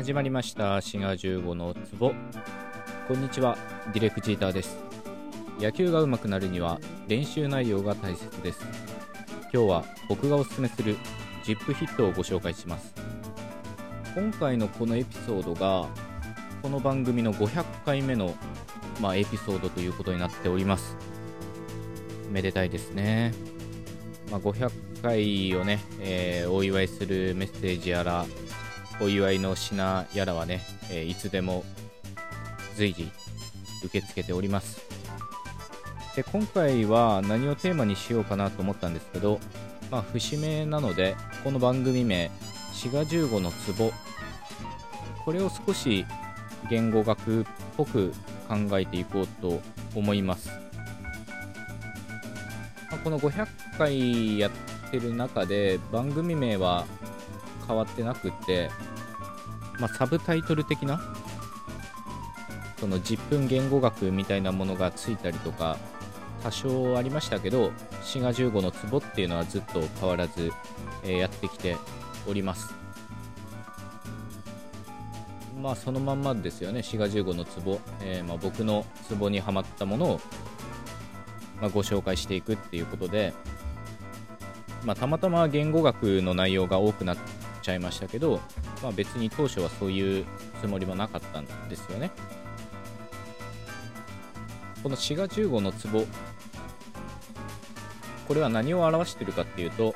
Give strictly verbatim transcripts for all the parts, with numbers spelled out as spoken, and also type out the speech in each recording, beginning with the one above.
始まりました滋賀じゅうごの壺。こんにちは、ディレクチーターです。野球が上手くなるには練習内容が大切です。今日は僕がおすすめするジップヒットをご紹介します。今回のこのエピソードがこの番組のごひゃっかいめの、まあ、エピソードということになっております。めでたいですね。まあ、ごひゃっかいをね、えー、お祝いするメッセージやらお祝いの品やらはね、えー、いつでも随時受け付けております。で、今回は何をテーマにしようかなと思ったんですけど、まあ節目なのでこの番組名滋賀じゅうごの壺、これを少し言語学っぽく考えていこうと思います。まあ、このごひゃっかいやってる中で番組名は変わってなくて、まあ、サブタイトル的なそのじゅっぷん言語学みたいなものがついたりとか多少ありましたけど、滋賀じゅうごの壺っていうのはずっと変わらず、えー、やってきております。まあそのまんまですよね。滋賀じゅうごの壺、えー、まあ僕の壺にはまったものを、まあ、ご紹介していくっていうことで、まあ、たまたま言語学の内容が多くなっちゃいましたけど、まあ、別に当初はそういうつもりもなかったんですよね。この滋賀じゅうごの壺、これは何を表しているかっていうと、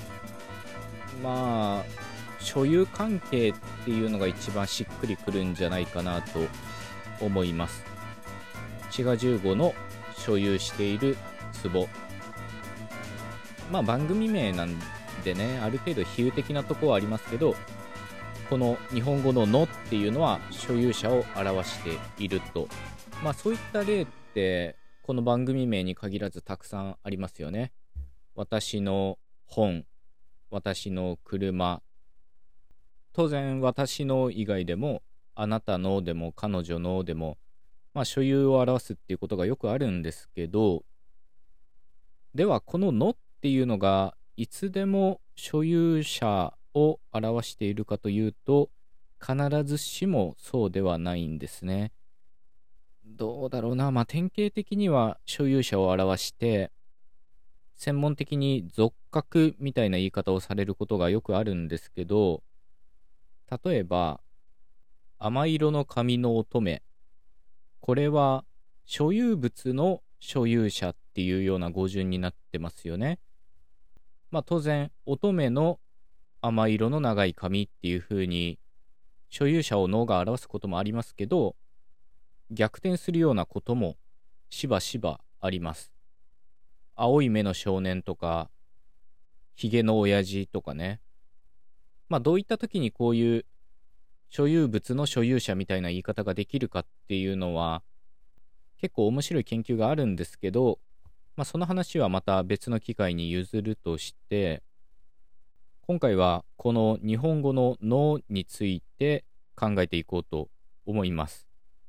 まあ所有関係っていうのが一番しっくりくるんじゃないかなと思います。滋賀じゅうごの所有している壺、まあ番組名なんでね、ある程度比喩的なところはありますけど、この日本語ののっていうのは所有者を表していると、まあそういった例ってこの番組名に限らずたくさんありますよね。私の本、私の車、当然私の以外でもあなたのでも彼女のでも、まあ所有を表すっていうことがよくあるんですけど、ではこののっていうのがいつでも所有者を表しているかというと、必ずしもそうではないんですね。どうだろうな、まあ典型的には所有者を表して、専門的に属格みたいな言い方をされることがよくあるんですけど、例えば甘色の髪の乙女、これは所有物の所有者っていうような語順になってますよね。まあ当然乙女の甘色の長い髪っていう風に所有者をのが表すこともありますけど、逆転するようなこともしばしばあります。青い目の少年とかひげの親父とかね、まあどういった時にこういう所有物の所有者みたいな言い方ができるかっていうのは結構面白い研究があるんですけど、まあその話はまた別の機会に譲るとして、今回はこの日本語ののについて考えていこうと思います。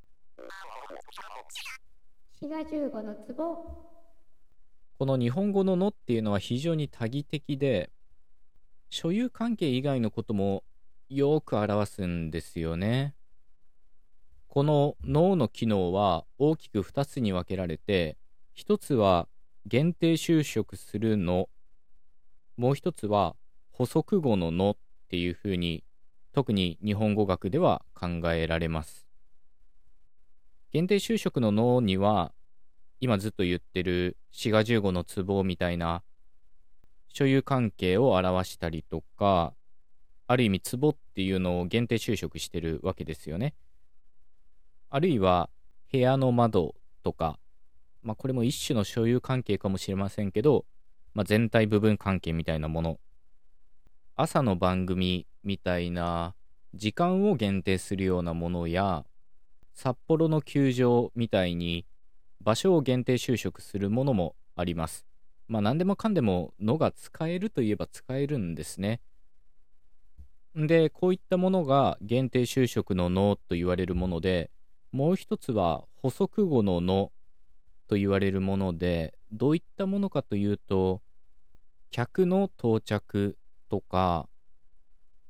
滋賀じゅうごの壺。 この日本語ののっていうのは非常に多義的で、所有関係以外のこともよく表すんですよね。こののの機能は大きくふたつに分けられて、ひとつは限定修飾するの、もうひとつは補足語ののっていうふうに特に日本語学では考えられます。限定修飾ののには今ずっと言ってる滋賀じゅうごの壺みたいな所有関係を表したりとか、ある意味壺っていうのを限定修飾してるわけですよね。あるいは部屋の窓とか、まあこれも一種の所有関係かもしれませんけど、まあ、全体部分関係みたいなもの、朝の番組みたいな時間を限定するようなものや、札幌の球場みたいに場所を限定修飾するものもあります。まあ何でもかんでものが使えるといえば使えるんですね。で、こういったものが限定修飾ののと言われるもので、もう一つは補足語ののと言われるもので、どういったものかというと、客の到着とか、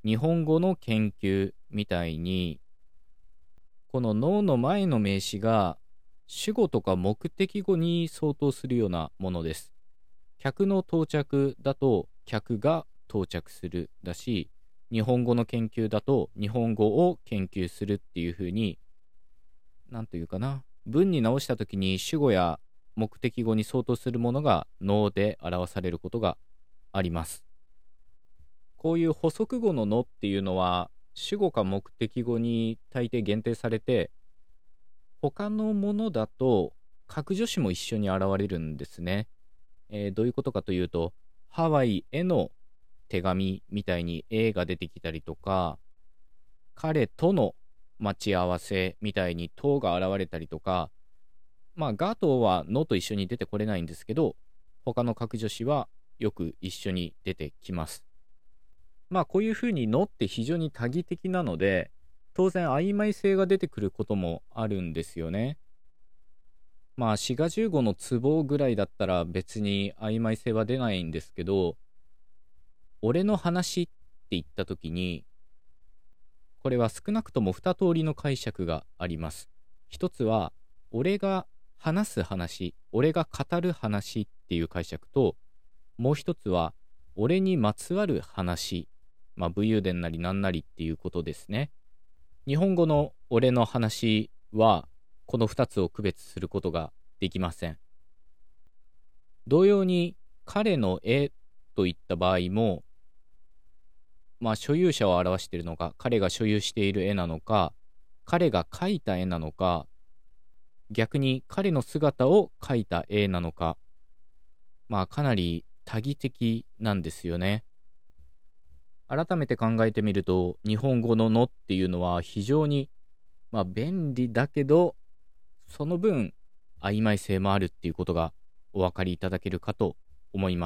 日本語の研究みたいに、こののの前の名詞が主語とか目的語に相当するようなものです。客の到着だと客が到着するだし、日本語の研究だと日本語を研究するっていう風に、なんというかな、文に直した時に主語や目的語に相当するものがので表されることがあります。こういう補足語ののっていうのは主語か目的語に大抵限定されて、他のものだと格助詞も一緒に現れるんですね。えーどういうことかというと、ハワイへの手紙みたいに A が出てきたりとか、彼との待ち合わせみたいにとが現れたりとか、まあがとはのと一緒に出てこれないんですけど、他の格助詞はよく一緒に出てきます。まあこういうふうにのって非常に多義的なので、当然曖昧性が出てくることもあるんですよね。まあしがじゅうごの壺ぐらいだったら別に曖昧性は出ないんですけど、俺の話って言った時に、これは少なくともに通りの解釈があります。一つは俺が話す話、俺が語る話っていう解釈と、もう一つは俺にまつわる話、まあ武勇伝なりなんなりっていうことですね。日本語の俺の話はこのふたつを区別することができません。同様に彼の絵といった場合も、まあ所有者を表しているのか、彼が所有している絵なのか、彼が描いた絵なのか、逆に彼の姿を描いた絵なのか、まあかなり多義的なんですよね。改めて考えてみると、日本語ののっていうのは非常に、まあ、便利だけど、その分曖昧性もあるっていうことがお分かりいただけるかと思います。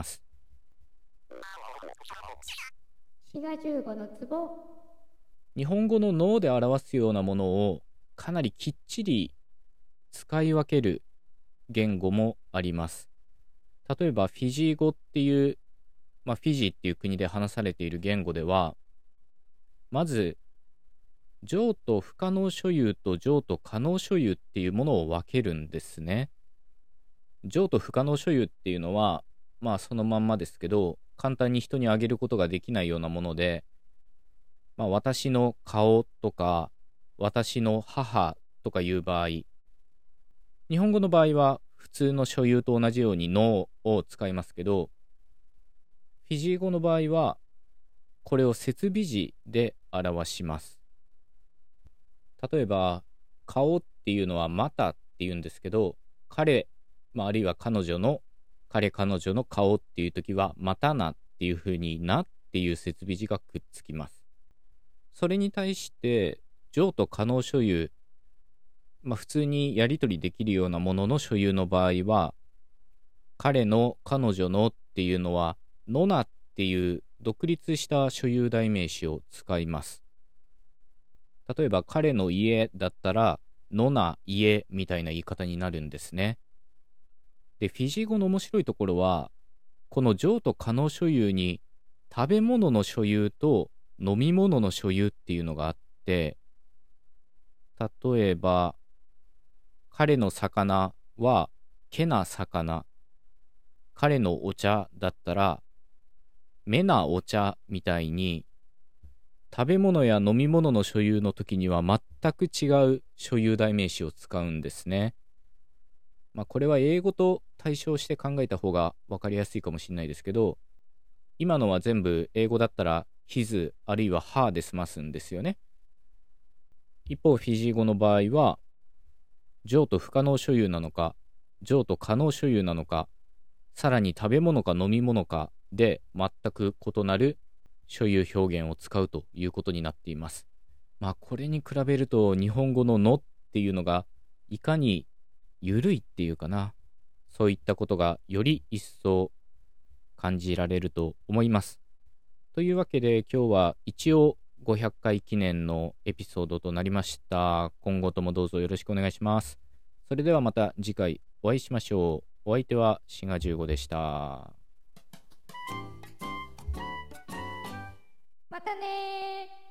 しがじゅうごの壺。 日本語のので表すようなものをかなりきっちり使い分ける言語もあります。例えばフィジー語っていう、まあ、フィジーっていう国で話されている言語では、まず譲渡不可能所有と譲渡可能所有っていうものを分けるんですね。譲渡不可能所有っていうのは、まあそのまんまですけど、簡単に人にあげることができないようなもので、まあ私の顔とか私の母とかいう場合、日本語の場合は普通の所有と同じようにのを使いますけど、フィジー語の場合はこれを接尾辞で表します。例えば顔っていうのはまたっていうんですけど、彼、まあ、あるいは彼女の彼彼女の顔っていう時はまたなっていう風になっていう接尾辞がくっつきます。それに対して譲渡可能所有、まあ、普通にやり取りできるようなものの所有の場合は、彼の彼女のっていうのはのなっていう独立した所有代名詞を使います。例えば彼の家だったらのな家みたいな言い方になるんですね。でフィジー語の面白いところは、この譲渡可能所有に食べ物の所有と飲み物の所有っていうのがあって、例えば彼の魚はけな魚、彼のお茶だったらめなお茶みたいに、食べ物や飲み物の所有の時には全く違う所有代名詞を使うんですね。まあこれは英語と対照して考えた方が分かりやすいかもしれないですけど、今のは全部英語だったら his あるいは her で済ますんですよね。一方フィジー語の場合は譲渡不可能所有なのか譲渡可能所有なのか、さらに食べ物か飲み物かで全く異なる所有表現を使うということになっています。まあこれに比べると日本語ののっていうのがいかに緩いっていうかな、そういったことがより一層感じられると思います。というわけで今日は一応ごひゃっかい記念のエピソードとなりました。今後ともどうぞよろしくお願いします。それではまた次回お会いしましょう。お相手はしがじゅうごでした。 またねー。